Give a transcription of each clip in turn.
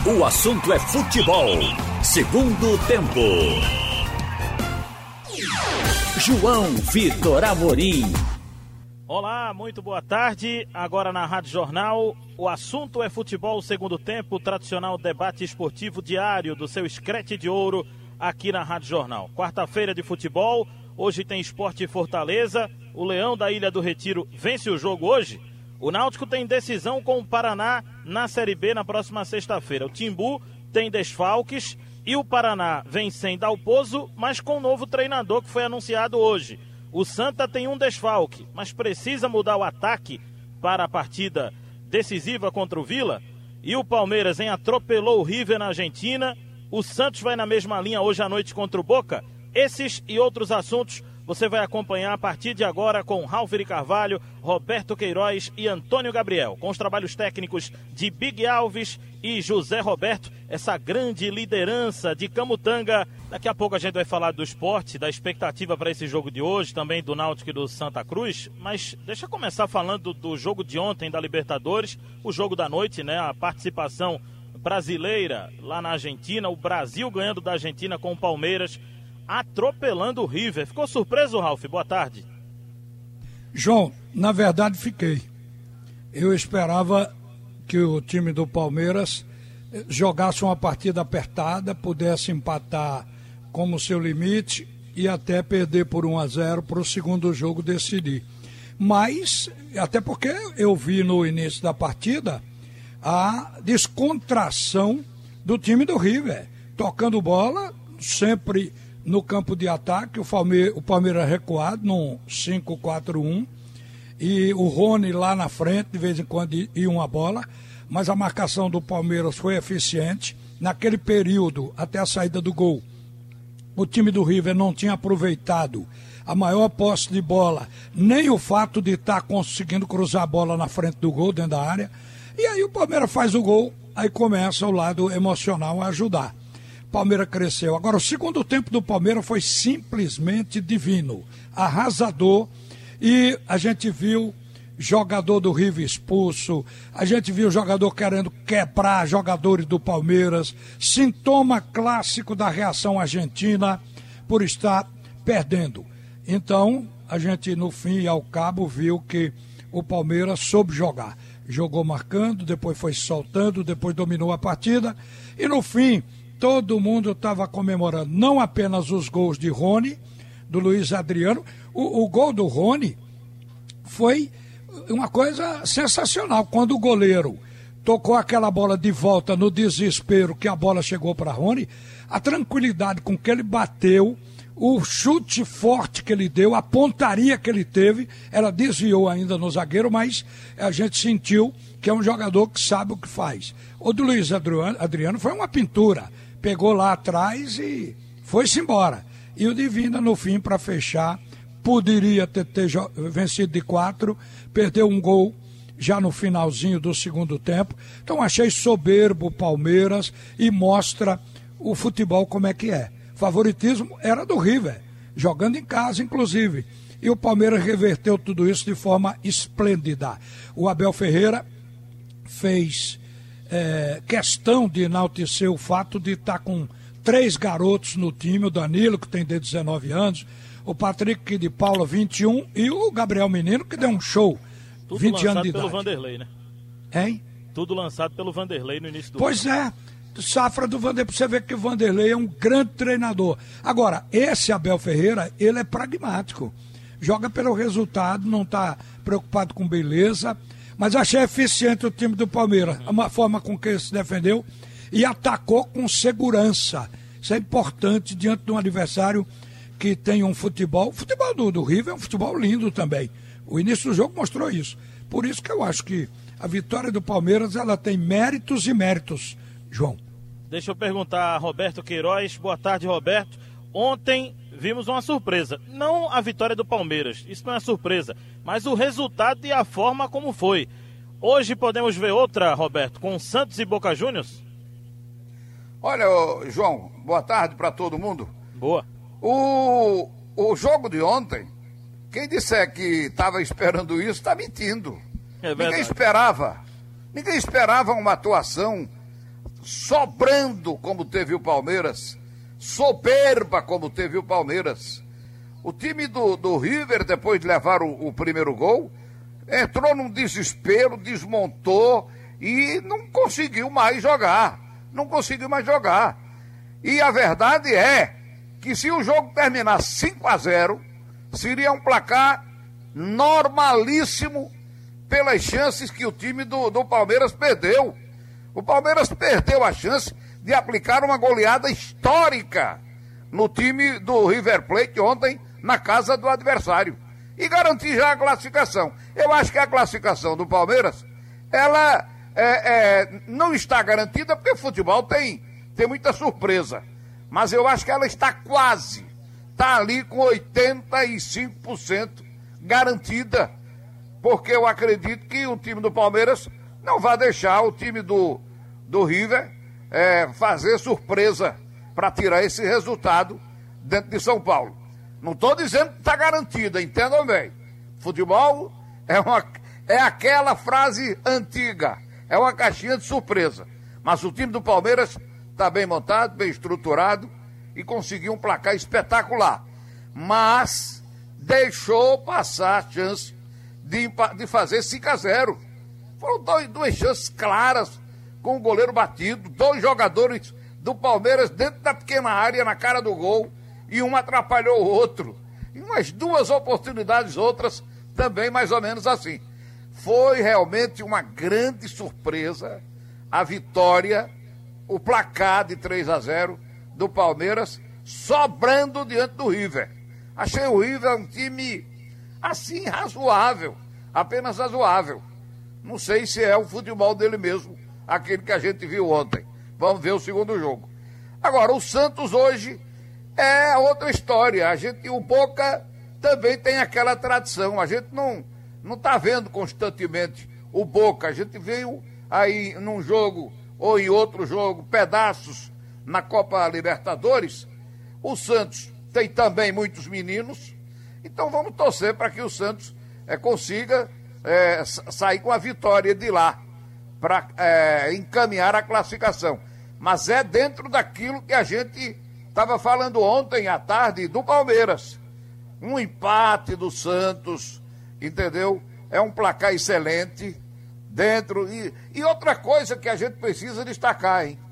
O assunto é futebol. Segundo tempo. João Vitor Amorim. Olá, muito boa tarde. Agora na Rádio Jornal, o assunto é futebol. Segundo tempo, o tradicional debate esportivo diário do seu Screte de Ouro aqui na Rádio Jornal. Quarta-feira de futebol, hoje tem Sport Fortaleza. O Leão da Ilha do Retiro vence o jogo hoje. O Náutico tem decisão com o Paraná na Série B na próxima sexta-feira. O Timbu tem desfalques e o Paraná vem sem Dalpozo, mas com um novo treinador que foi anunciado hoje. O Santa tem um desfalque, mas precisa mudar o ataque para a partida decisiva contra o Vila. E o Palmeiras atropelou o River na Argentina. O Santos vai na mesma linha hoje à noite contra o Boca. Esses e outros assuntos você vai acompanhar a partir de agora com Ralfiri Carvalho, Roberto Queiroz e Antônio Gabriel, com os trabalhos técnicos de Big Alves e José Roberto, essa grande liderança de Camutanga. Daqui a pouco a gente vai falar do esporte, da expectativa para esse jogo de hoje, também do Náutico e do Santa Cruz, mas deixa eu começar falando do jogo de ontem da Libertadores, o jogo da noite, né? A participação brasileira lá na Argentina, o Brasil ganhando da Argentina com o Palmeiras, atropelando o River. Ficou surpreso, Ralf? Boa tarde. João, na verdade fiquei. Eu esperava que o time do Palmeiras jogasse uma partida apertada, pudesse empatar como seu limite e até perder por 1-0 para o segundo jogo decidir. Mas, até porque eu vi no início da partida a descontração do time do River, tocando bola, sempre no campo de ataque, o Palmeiras recuado num 5-4-1 e o Rony lá na frente, de vez em quando ia uma bola, mas a marcação do Palmeiras foi eficiente. Naquele período, até a saída do gol, o time do River não tinha aproveitado a maior posse de bola, nem o fato de estar conseguindo cruzar a bola na frente do gol, dentro da área, e aí o Palmeiras faz o gol, aí começa o lado emocional a ajudar. Palmeiras cresceu. Agora, o segundo tempo do Palmeiras foi simplesmente divino, arrasador, e a gente viu jogador do River expulso, a gente viu jogador querendo quebrar jogadores do Palmeiras, sintoma clássico da reação argentina por estar perdendo. Então, a gente no fim e ao cabo viu que o Palmeiras soube jogar. Jogou marcando, depois foi soltando, depois dominou a partida, e no fim todo mundo estava comemorando, não apenas os gols de Rony, do Luiz Adriano. O gol do Rony foi uma coisa sensacional. Quando o goleiro tocou aquela bola de volta no desespero que a bola chegou para Rony, a tranquilidade com que ele bateu, o chute forte que ele deu, a pontaria que ele teve, ela desviou ainda no zagueiro, mas a gente sentiu que é um jogador que sabe o que faz. O do Luiz Adriano foi uma pintura. Pegou lá atrás e foi-se embora. E o Divina, no fim, para fechar, poderia ter vencido de 4, perdeu um gol já no finalzinho do segundo tempo. Então achei soberbo o Palmeiras e mostra o futebol como é que é. Favoritismo era do River, jogando em casa, inclusive. E o Palmeiras reverteu tudo isso de forma esplêndida. O Abel Ferreira fez questão de enaltecer o fato de estar com 3 garotos no time, o Danilo, que tem 19 anos, o Patrick de Paula, 21, e o Gabriel Menino, que deu um show, tudo 20 anos de idade. Tudo lançado pelo Vanderlei, né? Hein? Tudo lançado pelo Vanderlei no início do Pois é, safra do Vanderlei, pra você ver que o Vanderlei é um grande treinador. Agora, esse Abel Ferreira, ele é pragmático, joga pelo resultado, não está preocupado com beleza, mas achei eficiente o time do Palmeiras, a forma com que ele se defendeu e atacou com segurança. Isso é importante diante de um adversário que tem um futebol. O futebol do River é um futebol lindo também. O início do jogo mostrou isso. Por isso que eu acho que a vitória do Palmeiras, ela tem méritos e méritos, João. Deixa eu perguntar a Roberto Queiroz. Boa tarde, Roberto. Ontem vimos uma surpresa. Não a vitória do Palmeiras, isso não é surpresa, mas o resultado e a forma como foi. Hoje podemos ver outra, Roberto, com Santos e Boca Juniors? Olha, João, boa tarde para todo mundo. Boa. O jogo de ontem, quem disser que estava esperando isso, está mentindo. É verdade. Ninguém esperava uma atuação sobrando como teve o Palmeiras, soberba como teve o Palmeiras. O time do River, depois de levar o primeiro gol, entrou num desespero, desmontou e não conseguiu mais jogar. Não conseguiu mais jogar. E a verdade é que se o jogo terminasse 5-0, seria um placar normalíssimo pelas chances que o time do Palmeiras perdeu. O Palmeiras perdeu a chance de aplicar uma goleada histórica no time do River Plate ontem na casa do adversário e garantir já a classificação. Eu acho que a classificação do Palmeiras, ela não está garantida porque o futebol tem muita surpresa, mas eu acho que ela está quase, está ali com 85% garantida, porque eu acredito que o time do Palmeiras não vai deixar o time do River fazer surpresa para tirar esse resultado dentro de São Paulo. Não estou dizendo que está garantida, entendam bem. Futebol é aquela frase antiga, é uma caixinha de surpresa. Mas o time do Palmeiras está bem montado, bem estruturado e conseguiu um placar espetacular. Mas deixou passar a chance de fazer 5-0. Foram duas chances claras com o goleiro batido, 2 jogadores do Palmeiras dentro da pequena área na cara do gol e um atrapalhou o outro. E umas 2 oportunidades outras também mais ou menos assim. Foi realmente uma grande surpresa a vitória, o placar de 3-0 do Palmeiras sobrando diante do River. Achei o River um time assim razoável, apenas razoável. Não sei se é o futebol dele mesmo, aquele que a gente viu ontem. Vamos ver o segundo jogo. Agora, o Santos hoje é outra história. O Boca também tem aquela tradição. A gente não está vendo constantemente o Boca. A gente viu aí num jogo ou em outro jogo pedaços na Copa Libertadores. O Santos tem também muitos meninos. Então vamos torcer para que o Santos consiga sair com a vitória de lá para encaminhar a classificação. Mas é dentro daquilo que a gente estava falando ontem à tarde do Palmeiras. Um empate do Santos, entendeu? É um placar excelente dentro. E outra coisa que a gente precisa destacar, hein?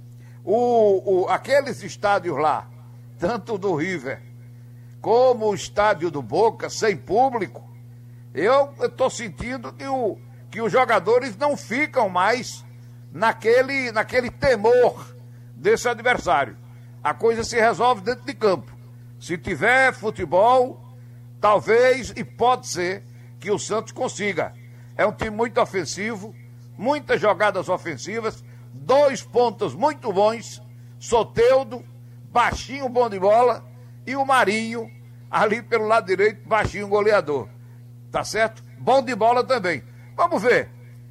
Aqueles estádios lá, tanto do River como o estádio do Boca, sem público, eu estou sentindo que os jogadores não ficam mais naquele temor desse adversário. A coisa se resolve dentro de campo. Se tiver futebol, talvez e pode ser que o Santos consiga. É um time muito ofensivo, muitas jogadas ofensivas, 2 pontas muito bons, Soteldo, baixinho, bom de bola, e o Marinho, ali pelo lado direito, baixinho, goleador. Tá certo? Bom de bola também. Vamos ver.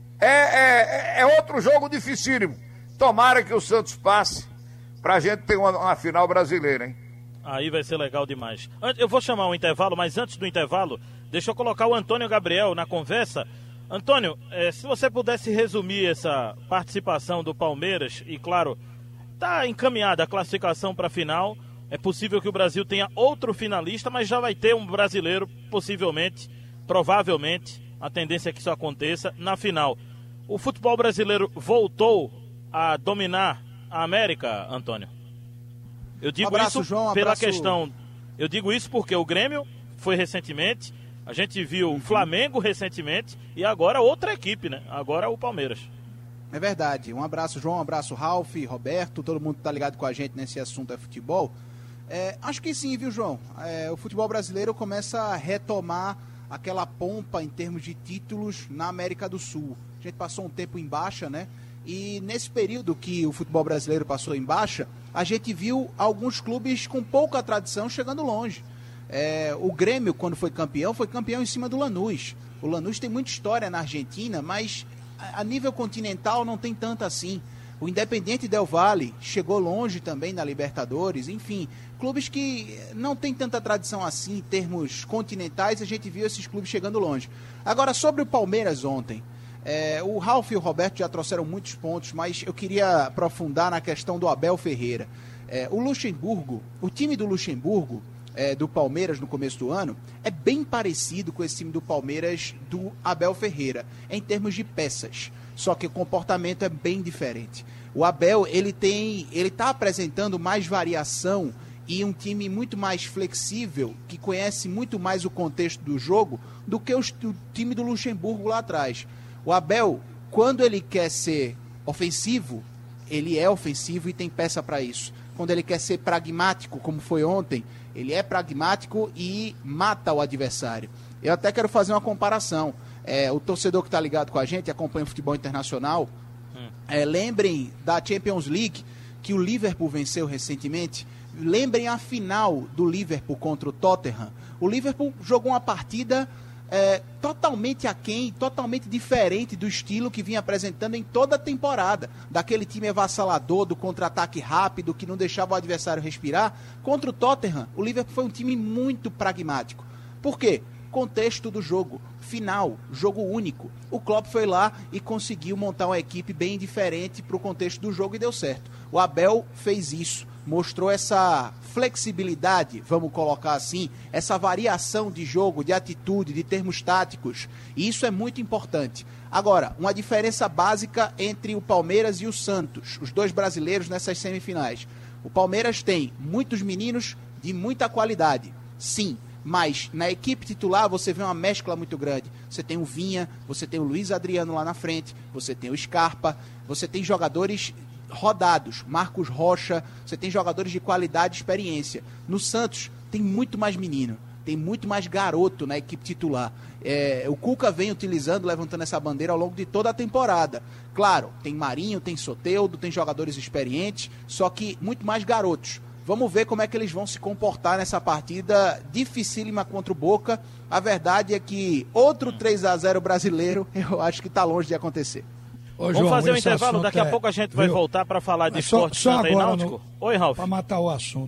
É outro jogo dificílimo. Tomara que o Santos passe pra gente ter uma final brasileira, hein? Aí vai ser legal demais. Eu vou chamar um intervalo, mas antes do intervalo, deixa eu colocar o Antônio Gabriel na conversa. Antônio, se você pudesse resumir essa participação do Palmeiras, e claro, está encaminhada a classificação para a final, é possível que o Brasil tenha outro finalista, mas já vai ter um brasileiro, possivelmente, provavelmente, a tendência é que isso aconteça, na final. O futebol brasileiro voltou a dominar a América, Antônio? Eu digo abraço, isso João, pela abraço... questão... Eu digo isso porque o Grêmio foi recentemente, a gente viu o Flamengo recentemente e agora outra equipe, né? Agora o Palmeiras. É verdade. Um abraço, João, um abraço, Ralf, Roberto, todo mundo que tá ligado com a gente nesse assunto é futebol. Acho que sim, viu, João? O futebol brasileiro começa a retomar aquela pompa em termos de títulos na América do Sul. A gente passou um tempo em baixa, né? E nesse período que o futebol brasileiro passou em baixa, a gente viu alguns clubes com pouca tradição chegando longe. O Grêmio, quando foi campeão em cima do Lanús. O Lanús tem muita história na Argentina, mas a nível continental não tem tanta assim. O Independiente Del Valle chegou longe também na Libertadores, enfim, clubes que não tem tanta tradição assim em termos continentais, a gente viu esses clubes chegando longe. Agora, sobre o Palmeiras ontem, O Ralf e o Roberto já trouxeram muitos pontos, mas eu queria aprofundar na questão do Abel Ferreira. O time do Luxemburgo, do Palmeiras no começo do ano, é bem parecido com esse time do Palmeiras do Abel Ferreira, em termos de peças. Só que o comportamento é bem diferente. O Abel, ele está apresentando mais variação e um time muito mais flexível, que conhece muito mais o contexto do jogo do que o time do Luxemburgo lá atrás. O Abel, quando ele quer ser ofensivo, ele é ofensivo e tem peça para isso. Quando ele quer ser pragmático, como foi ontem, ele é pragmático e mata o adversário. Eu até quero fazer uma comparação. O torcedor que está ligado com a gente, acompanha o futebol internacional, lembrem da Champions League, que o Liverpool venceu recentemente. Lembrem a final do Liverpool contra o Tottenham. O Liverpool jogou uma partida totalmente aquém, totalmente diferente do estilo que vinha apresentando em toda a temporada. Daquele time avassalador, do contra-ataque rápido, que não deixava o adversário respirar. Contra o Tottenham, o Liverpool foi um time muito pragmático. Por quê? Contexto do jogo, final, jogo único. O Klopp foi lá e conseguiu montar uma equipe bem diferente para o contexto do jogo e deu certo. O Abel fez isso, mostrou essa flexibilidade, vamos colocar assim, essa variação de jogo, de atitude, de termos táticos, e isso é muito importante. Agora, uma diferença básica entre o Palmeiras e o Santos, os dois brasileiros nessas semifinais. O Palmeiras tem muitos meninos de muita qualidade, sim, mas na equipe titular você vê uma mescla muito grande. Você tem o Vinha, você tem o Luiz Adriano lá na frente, você tem o Scarpa, você tem jogadores rodados, Marcos Rocha, você tem jogadores de qualidade e experiência. No Santos tem muito mais menino, tem muito mais garoto na equipe titular. O Cuca vem utilizando, levantando essa bandeira ao longo de toda a temporada. Claro, tem Marinho, tem Soteldo, tem jogadores experientes, só que muito mais garotos. Vamos ver como é que eles vão se comportar nessa partida dificílima contra o Boca. A verdade é que outro 3-0 brasileiro, eu acho que está longe de acontecer. Ô, João, vamos fazer um intervalo, daqui a pouco a gente vai voltar para falar de esporte só e náutico. Oi, Ralf. Para matar o assunto.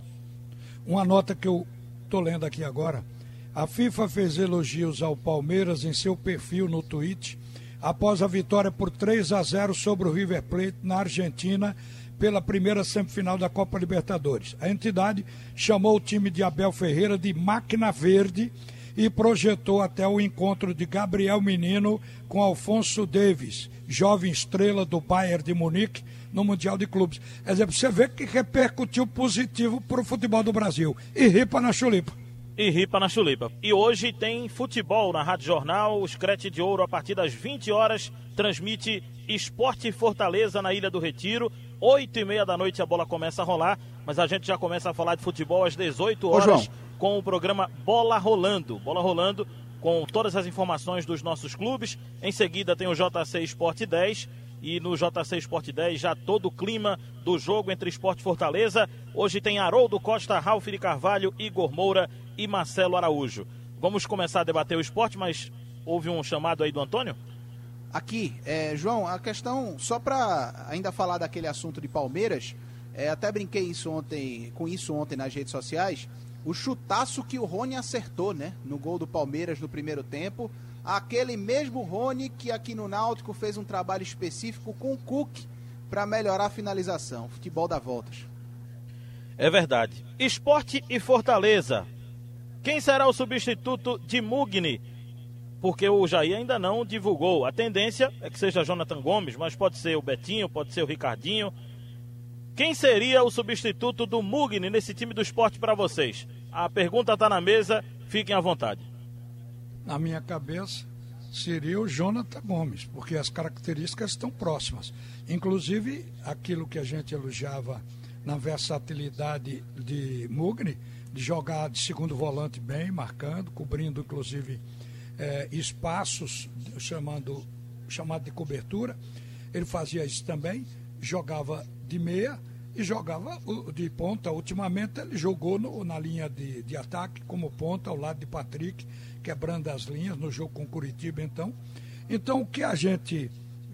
Uma nota que eu estou lendo aqui agora. A FIFA fez elogios ao Palmeiras em seu perfil no Twitter após a vitória por 3-0 sobre o River Plate na Argentina pela primeira semifinal da Copa Libertadores. A entidade chamou o time de Abel Ferreira de Máquina Verde e projetou até o encontro de Gabriel Menino com Alfonso Davies, jovem estrela do Bayern de Munique, no Mundial de Clubes. Quer dizer, você vê que repercutiu positivo para o futebol do Brasil. E ripa na chulipa. E ripa na chulipa. E hoje tem futebol na Rádio Jornal, o Screte de Ouro a partir das 20 horas, transmite Esporte Fortaleza na Ilha do Retiro. 8h30 da noite a bola começa a rolar, mas a gente já começa a falar de futebol às 18 horas com o programa Bola Rolando. Bola Rolando com todas as informações dos nossos clubes. Em seguida tem o JC Esporte 10 e no JC Esporte 10 já todo o clima do jogo entre Esporte e Fortaleza. Hoje tem Haroldo Costa, Ralf de Carvalho, Igor Moura e Marcelo Araújo. Vamos começar a debater o esporte, mas houve um chamado aí do Antônio? Aqui, João, a questão, só para ainda falar daquele assunto de Palmeiras, até brinquei com isso ontem nas redes sociais, o chutaço que o Rony acertou, né, no gol do Palmeiras no primeiro tempo, aquele mesmo Rony que aqui no Náutico fez um trabalho específico com o Cook para melhorar a finalização, futebol dá voltas. É verdade. Esporte e Fortaleza. Quem será o substituto de Mugni? Porque o Jair ainda não divulgou. A tendência é que seja Jonathan Gomes, mas pode ser o Betinho, pode ser o Ricardinho. Quem seria o substituto do Mugni nesse time do esporte para vocês? A pergunta está na mesa, fiquem à vontade. Na minha cabeça, seria o Jonathan Gomes, porque as características estão próximas. Inclusive, aquilo que a gente elogiava na versatilidade de Mugni, de jogar de segundo volante bem, marcando, cobrindo inclusive espaços, chamado de cobertura. Ele fazia isso também, jogava de meia e jogava de ponta. Ultimamente ele jogou na linha de ataque como ponta, ao lado de Patrick, quebrando as linhas no jogo com Curitiba. Então o que a gente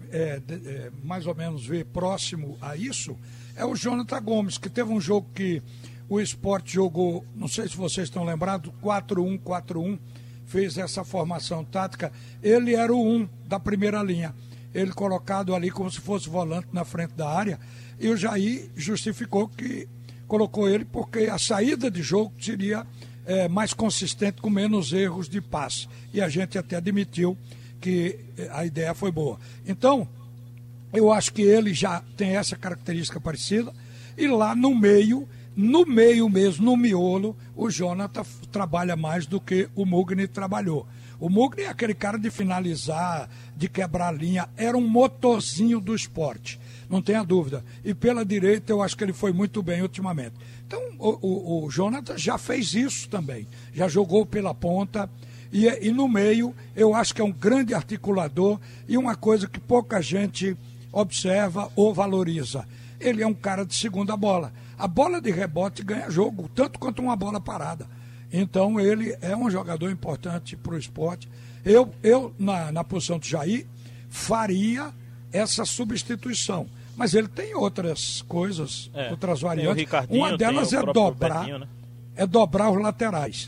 mais ou menos vê próximo a isso é o Jonathan Gomes, que teve um jogo que o Sport jogou, não sei se vocês estão lembrados, 4-1-4-1, fez essa formação tática. Ele era o 1 da primeira linha. ele colocado ali como se fosse volante na frente da área, e o Jair justificou que colocou ele porque a saída de jogo seria mais consistente, com menos erros de passe, e a gente até admitiu que a ideia foi boa. Então, eu acho que ele já tem essa característica parecida, e lá no meio mesmo, no miolo, o Jonathan trabalha mais do que o Mugni trabalhou. O Mugni é aquele cara de finalizar, de quebrar a linha, era um motorzinho do esporte, não tenha dúvida. E pela direita eu acho que ele foi muito bem ultimamente. Então o Jonathan já fez isso também, já jogou pela ponta, e no meio eu acho que é um grande articulador, e uma coisa que pouca gente observa ou valoriza. Ele é um cara de segunda bola. A bola de rebote ganha jogo, tanto quanto uma bola parada. Então ele é um jogador importante para o esporte. Eu na posição de Jair, faria essa substituição. Mas ele tem outras coisas, outras variantes. Uma delas é dobrar, Betinho, né? É dobrar os laterais.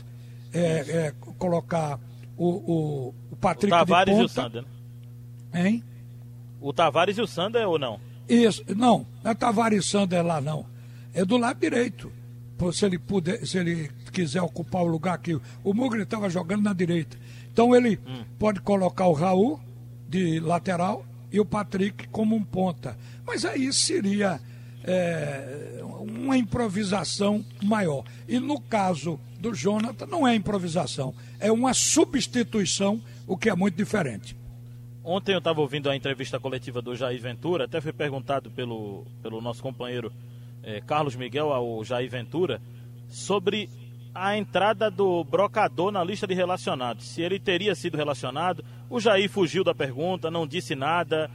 Colocar o Patrick o Tavares de ponta. E o Sander, né? Hein? O Tavares e o Sander ou não? Isso, não é Tavares e Sander lá não. É do lado direito. Se ele quiser ocupar o lugar que o Mugni estava jogando na direita. Então ele pode colocar o Raul de lateral e o Patrick como um ponta. Mas aí seria uma improvisação maior. E no caso do Jonathan não é improvisação, é uma substituição, o que é muito diferente. Ontem eu estava ouvindo a entrevista coletiva do Jair Ventura, até foi perguntado pelo nosso companheiro Carlos Miguel ao Jair Ventura sobre a entrada do Brocador na lista de relacionados, se ele teria sido relacionado. O Jair fugiu da pergunta, não disse nada,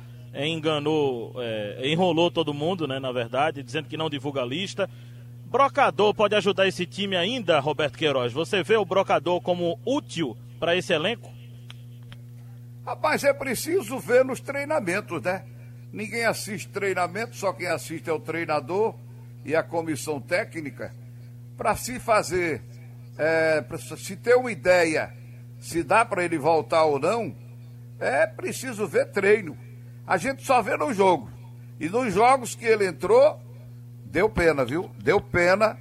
enrolou todo mundo, né, na verdade, dizendo que não divulga a lista. Brocador pode ajudar esse time ainda, Roberto Queiroz? Você vê o Brocador como útil para esse elenco? Rapaz, é preciso ver nos treinamentos, né? Ninguém assiste treinamento, só quem assiste é o treinador e a comissão técnica. Para se fazer, para se ter uma ideia se dá para ele voltar ou não, é preciso ver treino. A gente só vê no jogo. E nos jogos que ele entrou, deu pena, viu? Deu pena,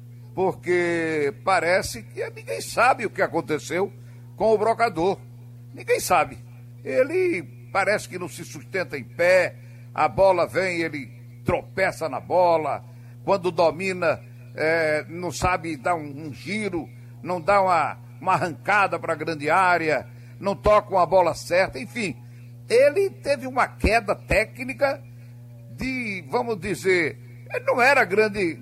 porque parece que ninguém sabe o que aconteceu com o Brocador. Ninguém sabe. Ele parece que não se sustenta em pé, a bola vem, ele tropeça na bola, quando domina, não sabe dar um giro, não dá uma arrancada para a grande área, não toca uma bola certa, enfim. Ele teve uma queda técnica de, vamos dizer, ele não era grande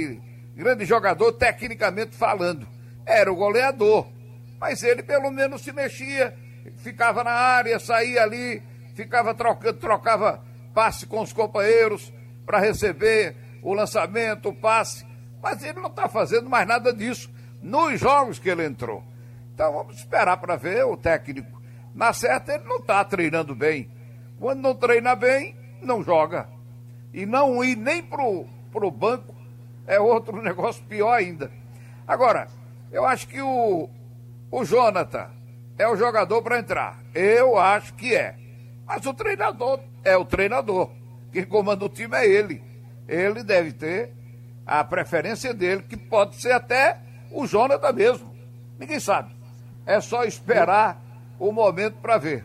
jogador tecnicamente falando, era o goleador, mas ele pelo menos se mexia, ficava na área, saía ali, ficava trocava passe com os companheiros para receber o lançamento, o passe, mas ele não está fazendo mais nada disso nos jogos que ele entrou. Então vamos esperar para ver o técnico. Na certa ele não está treinando bem. Quando não treina bem, não joga. E não ir nem pro banco é outro negócio pior ainda. Agora, eu acho que o Jonathan é o jogador para entrar. Eu acho que é. Mas o treinador é o treinador. Quem comanda o time é ele. Ele deve ter a preferência dele, que pode ser até o Jonathan mesmo. Ninguém sabe. É só esperar o momento para ver.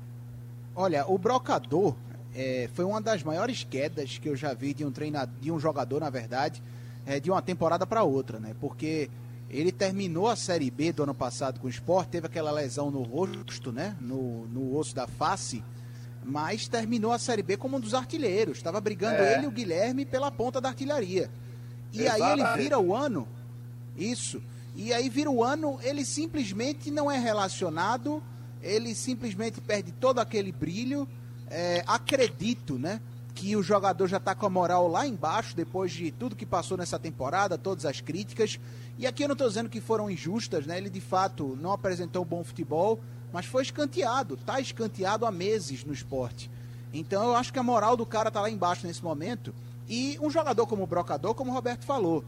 Olha, o Brocador foi uma das maiores quedas que eu já vi de um jogador, na verdade, de uma temporada para outra, né? Porque ele terminou a Série B do ano passado com o Sport, teve aquela lesão no rosto, né? No osso da face, mas terminou a Série B como um dos artilheiros. Estava brigando ele e o Guilherme pela ponta da artilharia. E Exatamente. aí ele vira o ano, isso, e aí vira o ano, ele simplesmente não é relacionado, ele simplesmente perde todo aquele brilho. Acredito, né, que o jogador já está com a moral lá embaixo, depois de tudo que passou nessa temporada, todas as críticas. E aqui eu não estou dizendo que foram injustas, né? Ele de fato não apresentou bom futebol, mas foi escanteado, está escanteado há meses no esporte. Então eu acho que a moral do cara está lá embaixo nesse momento. E um jogador como o Brocador, como o Roberto falou,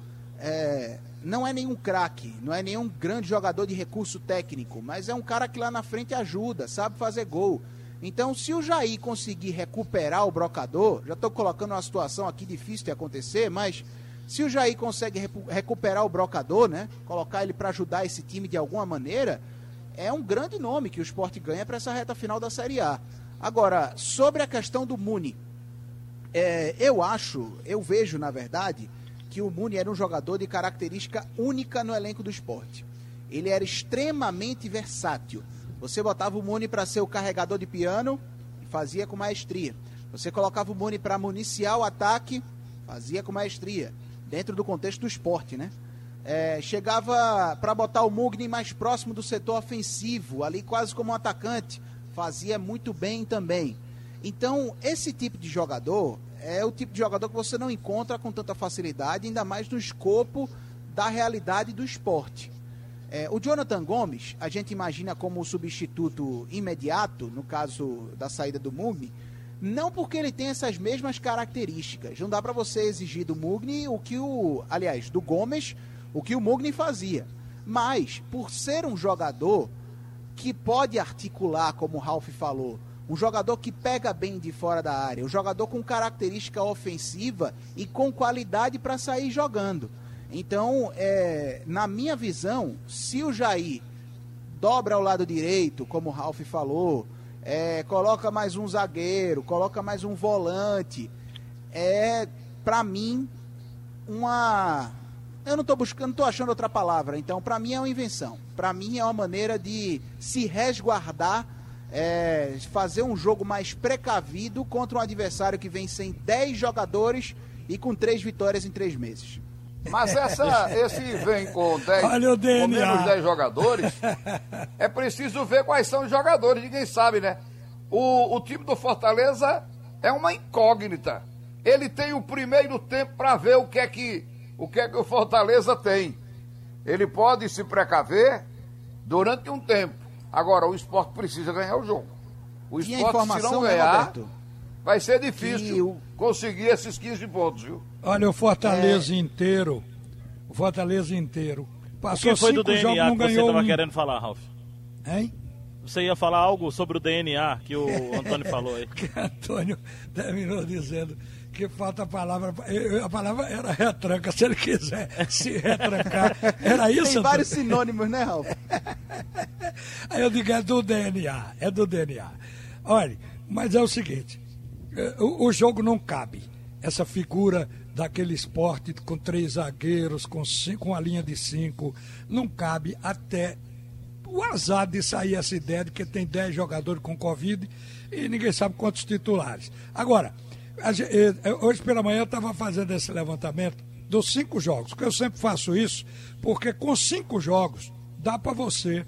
não é nenhum craque, não é nenhum grande jogador de recurso técnico, mas é um cara que lá na frente ajuda, sabe fazer gol. Então, se o Jair conseguir recuperar o Brocador, já estou colocando uma situação aqui difícil de acontecer, mas se o Jair consegue recuperar o Brocador, né, colocar ele para ajudar esse time de alguma maneira, é um grande nome que o Sport ganha para essa reta final da Série A. Agora, sobre a questão do Muni, eu vejo, na verdade, que o Muni era um jogador de característica única no elenco do Sport. Ele era extremamente versátil. Você botava o Muni para ser o carregador de piano, fazia com maestria. Você colocava o Muni para municiar o ataque, fazia com maestria. Dentro do contexto do Sport, né? Chegava para botar o Mugni mais próximo do setor ofensivo, ali quase como um atacante, fazia muito bem também. Então, esse tipo de jogador é o tipo de jogador que você não encontra com tanta facilidade, ainda mais no escopo da realidade do esporte. O Jonathan Gomes, a gente imagina como o substituto imediato, no caso da saída do Mugni, não porque ele tem essas mesmas características. Não dá para você exigir do Mugni do Gomes, o que o Mugni fazia. Mas, por ser um jogador que pode articular, como o Ralf falou, um jogador que pega bem de fora da área, um jogador com característica ofensiva e com qualidade para sair jogando. Então, na minha visão, se o Jair dobra ao lado direito, como o Ralf falou, coloca mais um zagueiro, coloca mais um volante, para mim, eu não estou achando outra palavra, então para mim é uma invenção. Para mim é uma maneira de se resguardar, fazer um jogo mais precavido contra um adversário que vem sem 10 jogadores e com 3 vitórias em 3 meses. Mas esse vem com 10, com menos 10 jogadores, é preciso ver quais são os jogadores, ninguém sabe, né? O time do Fortaleza é uma incógnita. Ele tem o primeiro tempo para ver o que é que o Fortaleza tem. Ele pode se precaver durante um tempo. Agora, o Sport precisa ganhar o jogo. O Sport, se não ganhar, vai ser difícil conseguir esses 15 pontos, viu? Olha, o Fortaleza inteiro passou 5 jogos, não ganhou. O que foi do DNA que você estava querendo falar, Ralf? Hein? Você ia falar algo sobre o DNA que o Antônio falou aí. Que Antônio terminou dizendo que falta a palavra era retranca, se ele quiser se retrancar, era isso? Tem vários sinônimos, né, Ralf? Aí eu digo, é do DNA. Olha, mas é o seguinte, o jogo não cabe. Essa figura daquele esporte com 3 zagueiros, com a linha de 5, não cabe até o azar de sair essa ideia de que tem 10 jogadores com Covid e ninguém sabe quantos titulares. Agora, hoje pela manhã eu estava fazendo esse levantamento dos 5 jogos, porque eu sempre faço isso, porque com 5 jogos dá para você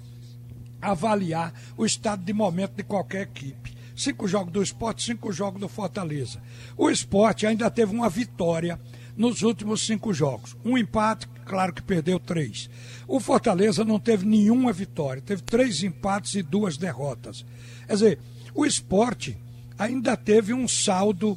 avaliar o estado de momento de qualquer equipe. 5 jogos do Sport, 5 jogos do Fortaleza. O Sport ainda teve uma vitória nos últimos 5 jogos. Um empate, claro que perdeu 3. O Fortaleza não teve nenhuma vitória, teve 3 empates e 2 derrotas. Quer dizer, o Sport ainda teve um saldo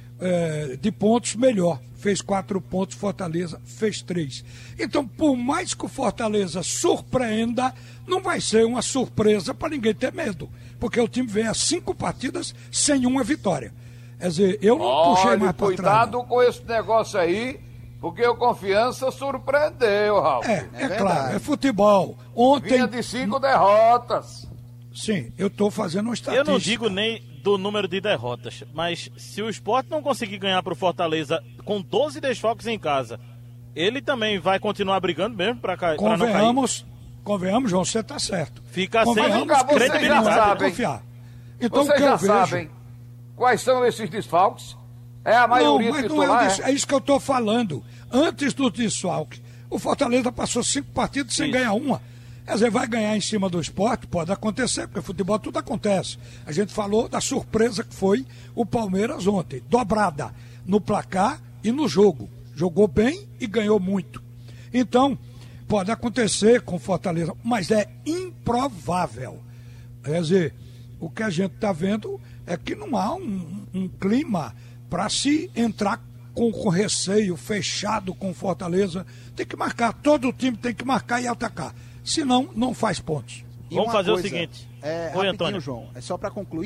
de pontos melhor. Fez 4 pontos, Fortaleza fez 3. Então, por mais que o Fortaleza surpreenda, não vai ser uma surpresa para ninguém ter medo. Porque o time vem a 5 partidas sem uma vitória. Quer dizer, eu não puxei mais para trás. Cuidado com esse negócio aí, porque o Confiança surpreendeu, Ralf. É claro, é futebol. Ontem... Vinha de 5 derrotas. Sim, eu estou fazendo uma estatística. Eu não digo nem do número de derrotas, mas se o Sport não conseguir ganhar para o Fortaleza com 12 desfalques em casa, ele também vai continuar brigando mesmo para não cair. Convenhamos, João, você está certo. Fica sem credibilidade. Confiar. Então, vocês já sabem quais são esses desfalques? É a maioria titular? É isso que eu estou falando. Antes do desfalque, o Fortaleza passou 5 partidas sem ganhar uma. Quer dizer, vai ganhar em cima do Sport? Pode acontecer, porque futebol tudo acontece. A gente falou da surpresa que foi o Palmeiras ontem. Dobrada no placar e no jogo. Jogou bem e ganhou muito. Então, pode acontecer com o Fortaleza, mas é improvável. Quer dizer, o que a gente está vendo é que não há um clima para se entrar com receio, fechado com o Fortaleza. Tem que marcar, todo o time tem que marcar e atacar. Senão, não faz pontos. Vamos fazer o seguinte. Oi, Antônio. João, só para concluir,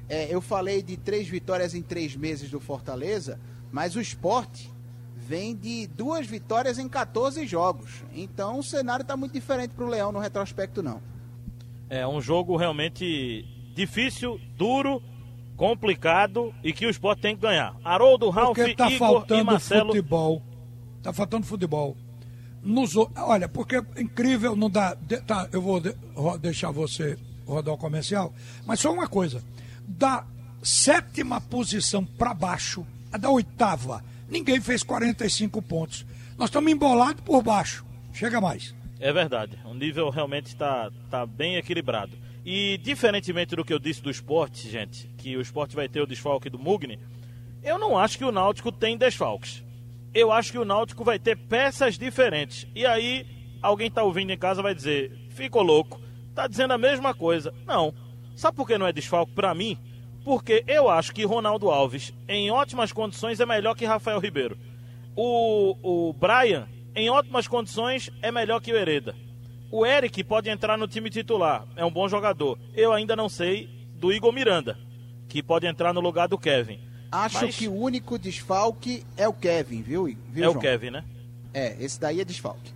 Eu falei de 3 vitórias em 3 meses do Fortaleza, mas o Sport vem de 2 vitórias em 14 jogos. Então o cenário está muito diferente para o Leão no retrospecto, não. É um jogo realmente difícil, duro, complicado e que o Sport tem que ganhar. Haroldo, Ralf, Igor e Marcelo. Tá faltando futebol. Olha, porque é incrível, não dá. Tá, eu vou deixar você rodar o comercial, mas só uma coisa. Da 7ª posição para baixo, a da 8ª, ninguém fez 45 pontos. Nós estamos embolados por baixo. Chega mais. É verdade. O nível realmente está bem equilibrado. E diferentemente do que eu disse do Sport, gente, que o Sport vai ter o desfalque do Mugni, eu não acho que o Náutico tem desfalques. Eu acho que o Náutico vai ter peças diferentes. E aí, alguém está ouvindo em casa vai dizer, ficou louco, tá dizendo a mesma coisa. Não. Sabe por que não é desfalque para mim? Porque eu acho que Ronaldo Alves, em ótimas condições, é melhor que Rafael Ribeiro. O Brian, em ótimas condições, é melhor que o Hereda. O Eric pode entrar no time titular, é um bom jogador. Eu ainda não sei do Igor Miranda, que pode entrar no lugar do Kevin. Acho que o único desfalque é o Kevin, viu João? O Kevin, né? Esse daí é desfalque.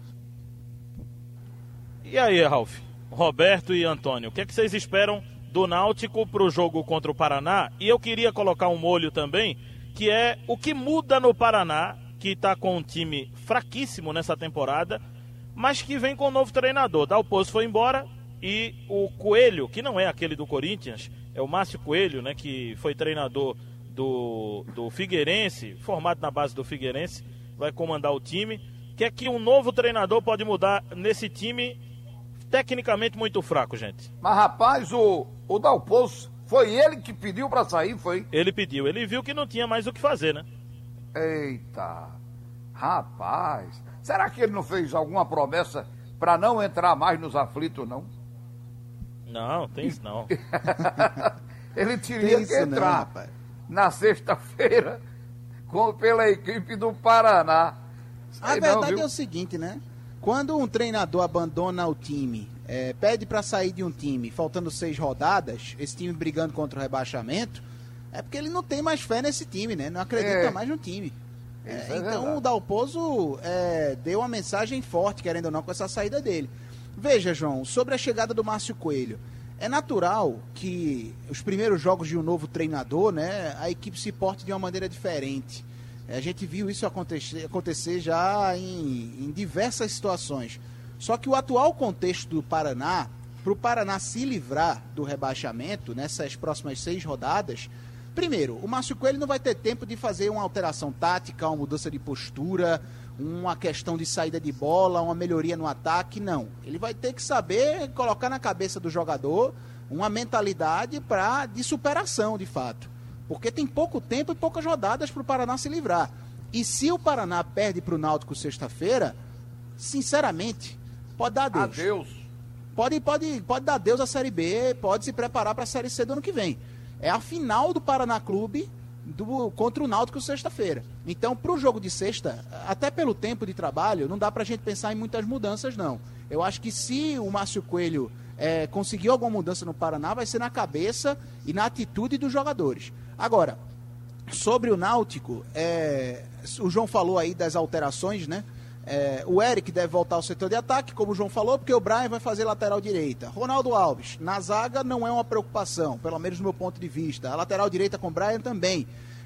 E aí, Ralf, Roberto e Antônio, o que é que vocês esperam do Náutico para o jogo contra o Paraná? E eu queria colocar um molho também, que é o que muda no Paraná, que está com um time fraquíssimo nessa temporada, mas que vem com um novo treinador. Dalpozo foi embora e o Coelho, que não é aquele do Corinthians, é o Márcio Coelho, né, que foi treinador do Figueirense, formado na base do Figueirense, vai comandar o time. Que é que um novo treinador pode mudar nesse time tecnicamente muito fraco, gente. Mas, rapaz, o Dalpozo, foi ele que pediu pra sair, foi? Ele pediu, ele viu que não tinha mais o que fazer, né? Eita, rapaz, será que ele não fez alguma promessa pra não entrar mais nos aflitos, não? Não, tem isso não. Ele teria que entrar na sexta-feira pela equipe do Paraná. A verdade é o seguinte, né? Quando um treinador abandona o time, pede para sair de um time, faltando 6 rodadas, esse time brigando contra o rebaixamento, é porque ele não tem mais fé nesse time, né? Não acredita mais no time. Então o Dalpozo deu uma mensagem forte, querendo ou não, com essa saída dele. Veja, João, sobre a chegada do Márcio Coelho, é natural que os primeiros jogos de um novo treinador, né, a equipe se porte de uma maneira diferente. A gente viu isso acontecer já em diversas situações. Só que o atual contexto do Paraná, para o Paraná se livrar do rebaixamento nessas próximas 6 rodadas, primeiro, o Márcio Coelho não vai ter tempo de fazer uma alteração tática, uma mudança de postura, uma questão de saída de bola, uma melhoria no ataque, não. Ele vai ter que saber colocar na cabeça do jogador uma mentalidade de superação, de fato. Porque tem pouco tempo e poucas rodadas para o Paraná se livrar. E se o Paraná perde para o Náutico sexta-feira, sinceramente, pode dar adeus. Pode dar adeus à Série B, pode se preparar para a Série C do ano que vem. É a final do Paraná Clube contra o Náutico sexta-feira. Então, para o jogo de sexta, até pelo tempo de trabalho, não dá para a gente pensar em muitas mudanças, não. Eu acho que se o Márcio Coelho conseguir alguma mudança no Paraná, vai ser na cabeça e na atitude dos jogadores. Agora, sobre o Náutico, o João falou aí das alterações, né? O Eric deve voltar ao setor de ataque, como o João falou, porque o Brian vai fazer lateral direita. Ronaldo Alves, na zaga não é uma preocupação, pelo menos do meu ponto de vista. A lateral direita com o Brian também.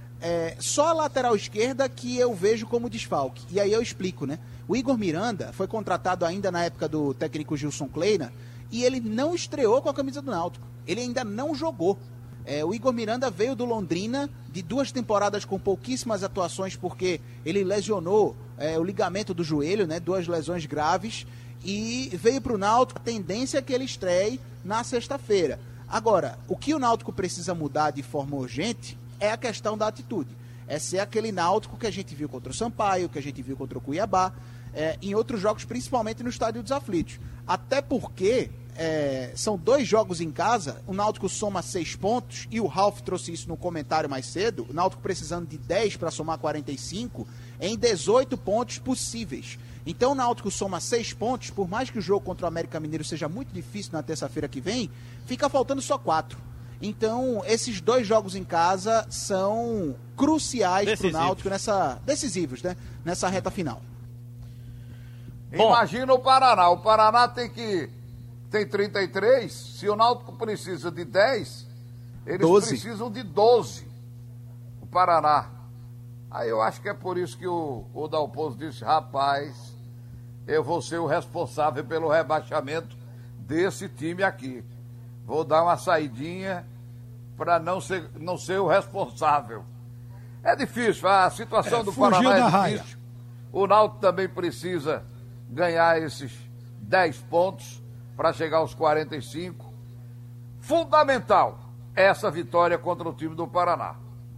Só a lateral esquerda que eu vejo como desfalque. E aí eu explico, né? O Igor Miranda foi contratado ainda na época do técnico Gilson Kleina e ele não estreou com a camisa do Náutico. Ele ainda não jogou. O Igor Miranda veio do Londrina de 2 temporadas com pouquíssimas atuações porque ele lesionou o ligamento do joelho, né, 2 lesões graves, e veio para o Náutico. A tendência é que ele estreie na sexta-feira. Agora, o que o Náutico precisa mudar de forma urgente é a questão da atitude. É ser aquele Náutico que a gente viu contra o Sampaio, que a gente viu contra o Cuiabá, em outros jogos, principalmente no Estádio dos Aflitos. Até porque são 2 jogos em casa, o Náutico soma 6 pontos, e o Ralf trouxe isso no comentário mais cedo, o Náutico precisando de 10 para somar 45, em 18 pontos possíveis. Então o Náutico soma 6 pontos, por mais que o jogo contra o América Mineiro seja muito difícil na terça-feira que vem, fica faltando só 4. Então, esses 2 jogos em casa são cruciais para o Náutico, decisivos, né? Nessa reta final. Bom, imagina o Paraná. O Paraná tem 33. Se o Náutico precisa de 10, eles 12. precisam de 12. O Paraná. Aí eu acho que é por isso que o Dalpozo disse: rapaz, eu vou ser o responsável pelo rebaixamento desse time aqui. Vou dar uma saidinha para não ser o responsável. É difícil, a situação do Paraná é difícil. O Náutico também precisa ganhar esses 10 pontos para chegar aos 45. Fundamental essa vitória contra o time do Paraná.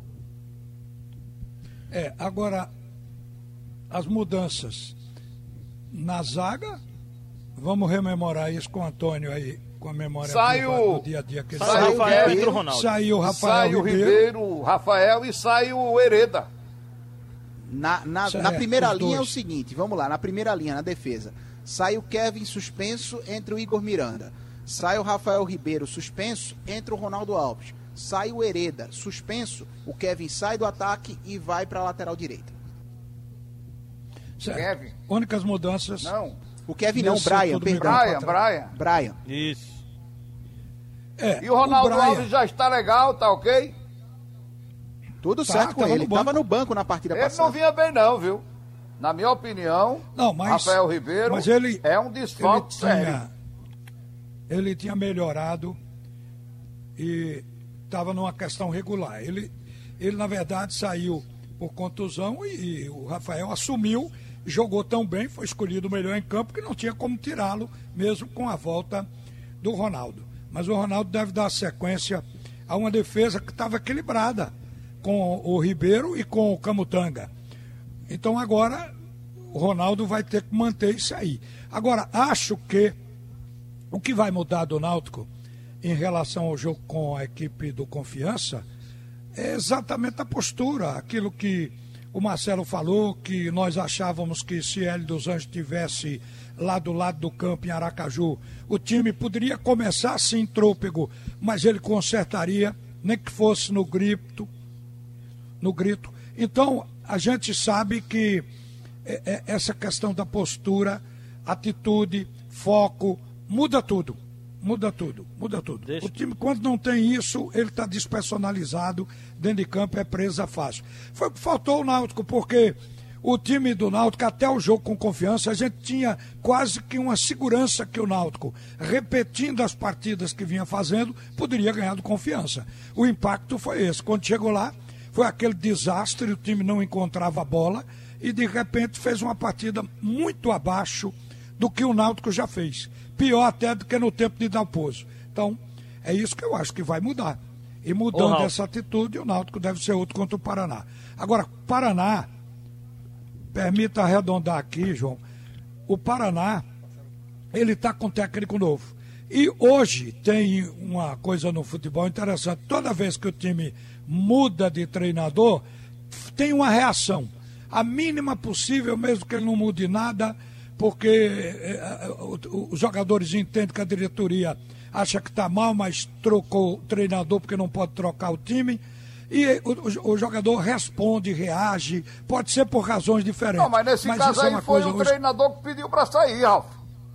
Agora, as mudanças na zaga, vamos rememorar isso com o Antônio aí, com a memória do dia a dia que ele saiu. Rafael e o Ronaldo. Saiu o Rafael Sai o Ribeiro, Rafael, e sai o Hereda. Na primeira linha é o seguinte, vamos lá, na primeira linha, na defesa, sai o Kevin suspenso, entre o Igor Miranda. Sai o Rafael Ribeiro suspenso, entra o Ronaldo Alves. Sai o Hereda suspenso, o Kevin sai do ataque e vai para a lateral direita. Certo. Kevin? Únicas mudanças. Não. O Kevin não, Brian, perdão. Brian. Isso. E o Ronaldo Alves já está legal, tá ok? Tudo certo com ele. Estava no banco na partida passada. Ele não vinha bem não, viu? Na minha opinião, Rafael Ribeiro é um desfalque sério. Ele tinha melhorado e estava numa questão regular. Ele, na verdade, saiu por contusão e o Rafael assumiu, jogou tão bem, foi escolhido o melhor em campo que não tinha como tirá-lo, mesmo com a volta do Ronaldo. Mas o Ronaldo deve dar sequência a uma defesa que estava equilibrada com o Ribeiro e com o Camutanga. Então agora o Ronaldo vai ter que manter isso aí. Agora, acho que o que vai mudar do Náutico em relação ao jogo com a equipe do Confiança é exatamente a postura, aquilo que o Marcelo falou, que nós achávamos que se Hélio dos Anjos estivesse lá do lado do campo em Aracaju, o time poderia começar sim trôpego, mas ele consertaria, nem que fosse no grito. Então, a gente sabe que essa questão da postura, atitude, foco, muda tudo. O time, quando não tem isso, ele está despersonalizado, dentro de campo é presa fácil. Foi o que faltou o Náutico, porque o time do Náutico, até o jogo com Confiança, a gente tinha quase que uma segurança que o Náutico, repetindo as partidas que vinha fazendo, poderia ganhar do Confiança. O impacto foi esse. Quando chegou lá, foi aquele desastre, o time não encontrava a bola e, de repente, fez uma partida muito abaixo do que o Náutico já fez. Pior até do que no tempo de Dalpozo. Então, é isso que eu acho que vai mudar. E mudando essa atitude, o Náutico deve ser outro contra o Paraná. Agora, Paraná, permita arredondar aqui, João, o Paraná, ele está com técnico novo. E hoje tem uma coisa no futebol interessante. Toda vez que o time muda de treinador, tem uma reação. A mínima possível, mesmo que ele não mude nada, porque os jogadores entendem que a diretoria acha que está mal, mas trocou o treinador porque não pode trocar o time. E o jogador responde, reage, pode ser por razões diferentes. Não, mas nesse caso aí foi o treinador que pediu para sair, Ralf.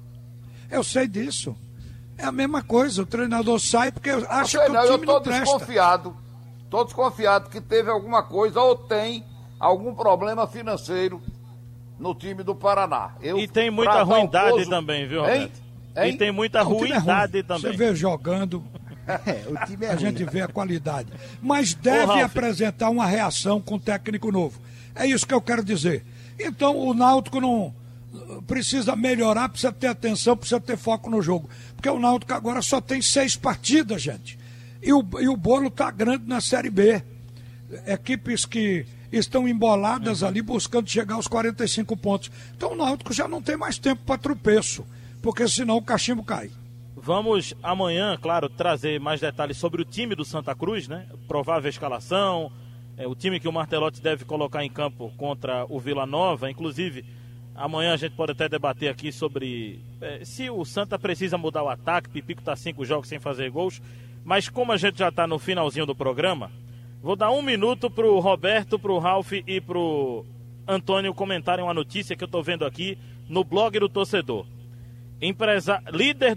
Eu sei disso. É a mesma coisa, o treinador sai porque acha que o time não presta. Estou desconfiado que teve alguma coisa ou tem algum problema financeiro no time do Paraná. E tem muita ruindade também, viu, Roberto? E tem muita ruindade também. Você vê jogando, o time é a ruim, gente vê a qualidade. Mas deve apresentar uma reação com o técnico novo. É isso que eu quero dizer. Então o Náutico não precisa melhorar, precisa ter atenção, precisa ter foco no jogo. Porque o Náutico agora só tem 6 partidas, gente. E o bolo está grande na Série B. Equipes que estão emboladas ali buscando chegar aos 45 pontos. Então o Náutico já não tem mais tempo para tropeço, porque senão o cachimbo cai. Vamos amanhã, claro, trazer mais detalhes sobre o time do Santa Cruz, né? Provável escalação, o time que o Martelotti deve colocar em campo contra o Vila Nova. Inclusive, amanhã a gente pode até debater aqui sobre se o Santa precisa mudar o ataque. Pipico está 5 jogos sem fazer gols, Mas como a gente já está no finalzinho do programa, vou dar 1 minuto para o Roberto, para o Ralf e para o Antônio comentarem uma notícia que eu estou vendo aqui no blog do torcedor. Líder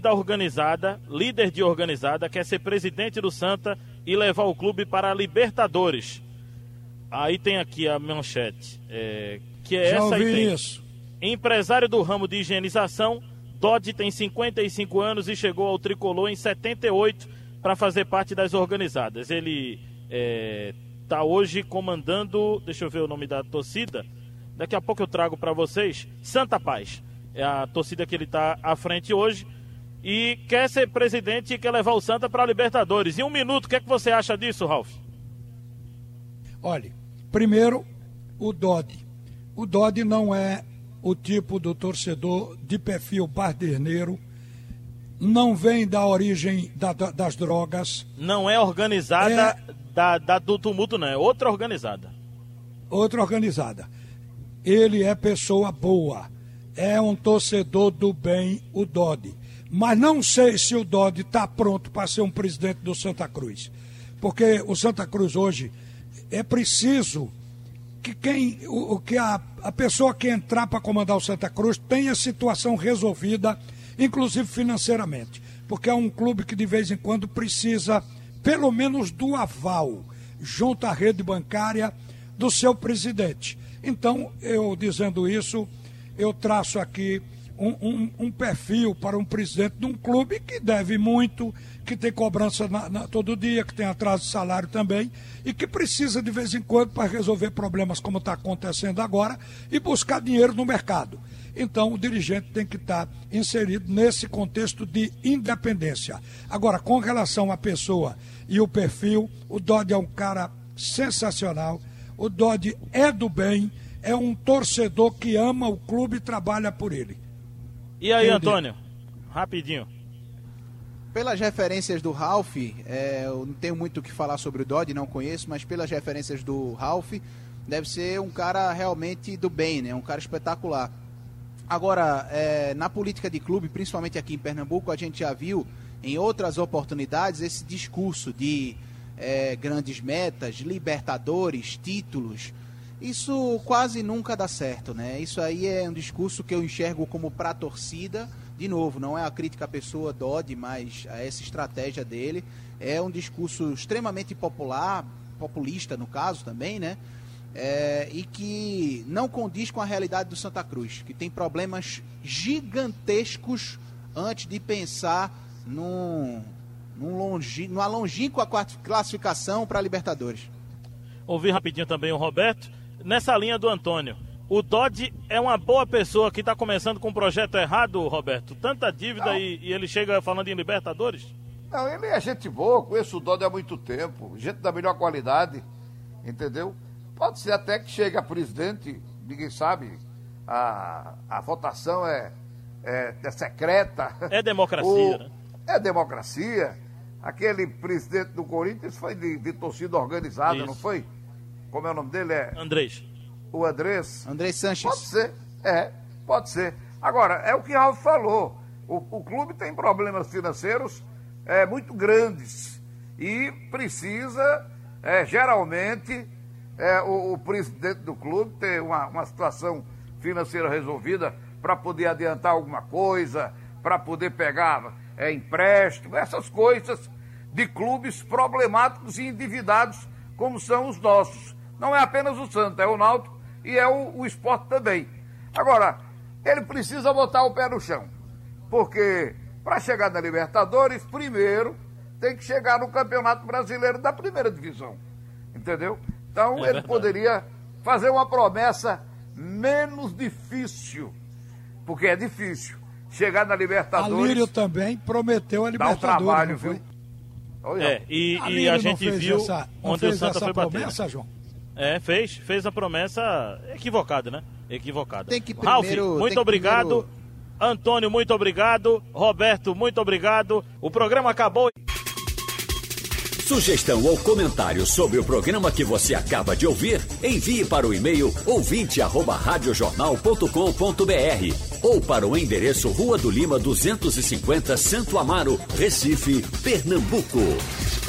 de organizada, quer ser presidente do Santa e levar o clube para a Libertadores. Aí tem aqui a manchete, que é essa aí. Tem isso. Empresário do ramo de higienização, Dodi tem 55 anos e chegou ao tricolor em 78 para fazer parte das organizadas. Ele está hoje comandando, deixa eu ver o nome da torcida, daqui a pouco eu trago para vocês, Santa Paz. É a torcida que ele está à frente hoje e quer ser presidente e quer levar o Santa para a Libertadores. Em 1 minuto, o que é que você acha disso, Ralf? Olha, primeiro, o Dodi. O Dodi não é o tipo do torcedor de perfil baderneiro, não vem da origem das drogas. Não é organizada do tumulto, não, é outra organizada. Outra organizada. Ele é pessoa boa. É um torcedor do bem, o Dodi. Mas não sei se o Dodi está pronto para ser um presidente do Santa Cruz. Porque o Santa Cruz hoje é preciso que a pessoa que entrar para comandar o Santa Cruz tenha a situação resolvida, inclusive financeiramente. Porque é um clube que de vez em quando precisa, pelo menos, do aval, junto à rede bancária, do seu presidente. Então, eu dizendo isso, eu traço aqui um perfil para um presidente de um clube que deve muito, que tem cobrança todo dia, que tem atraso de salário também e que precisa de vez em quando para resolver problemas como está acontecendo agora e buscar dinheiro no mercado. Então o dirigente tem que estar inserido nesse contexto de independência. Agora, com relação à pessoa e o perfil, o Dodi é um cara sensacional, o Dodi é do bem, é um torcedor que ama o clube e trabalha por ele. E aí, Antônio? Rapidinho. Pelas referências do Ralf, eu não tenho muito o que falar sobre o Dodi, não conheço, mas pelas referências do Ralf, deve ser um cara realmente do bem, né? Um cara espetacular. Agora, na política de clube, principalmente aqui em Pernambuco, a gente já viu em outras oportunidades esse discurso de grandes metas, Libertadores, títulos. Isso quase nunca dá certo, né? Isso aí é um discurso que eu enxergo como para a torcida. De novo, não é a crítica à pessoa Dodi, mas a essa estratégia dele. É um discurso extremamente populista no caso também, né? E que não condiz com a realidade do Santa Cruz, que tem problemas gigantescos antes de pensar numa longínqua classificação para a Libertadores. Ouvi rapidinho também o Roberto. Nessa linha do Antônio, o Dodi é uma boa pessoa que está começando com um projeto errado, Roberto? Tanta dívida e ele chega falando em Libertadores? Não, ele é gente boa, conheço o Dodi há muito tempo, gente da melhor qualidade, entendeu? Pode ser até que chegue a presidente, ninguém sabe, a votação é secreta. É democracia, né? É democracia. Aquele presidente do Corinthians foi de torcida organizada, isso. Não foi? Como é o nome dele? Andrés. O Andrés. Andrés Sanches. Pode ser, pode ser. Agora, é o que o Ralf falou. O clube tem problemas financeiros muito grandes e precisa, geralmente, o presidente do clube ter uma situação financeira resolvida para poder adiantar alguma coisa, para poder pegar empréstimo, essas coisas de clubes problemáticos e endividados como são os nossos. Não é apenas o Santa, é o Náutico e é o Sport também. Agora, ele precisa botar o pé no chão, porque para chegar na Libertadores, primeiro tem que chegar no Campeonato Brasileiro da primeira divisão, entendeu? Então ele poderia fazer uma promessa menos difícil, porque é difícil chegar na Libertadores. Alírio também prometeu a Libertadores. Dá um trabalho, viu? E a gente viu onde o Santa foi promessa, bater. João? Fez a promessa equivocada, né? Equivocada. Tem que Ralf, muito obrigado. Antônio, muito obrigado. Roberto, muito obrigado. O programa acabou. Sugestão ou comentário sobre o programa que você acaba de ouvir, envie para o e-mail ouvinte@radiojornal.com.br ou para o endereço Rua do Lima 250, Santo Amaro, Recife, Pernambuco.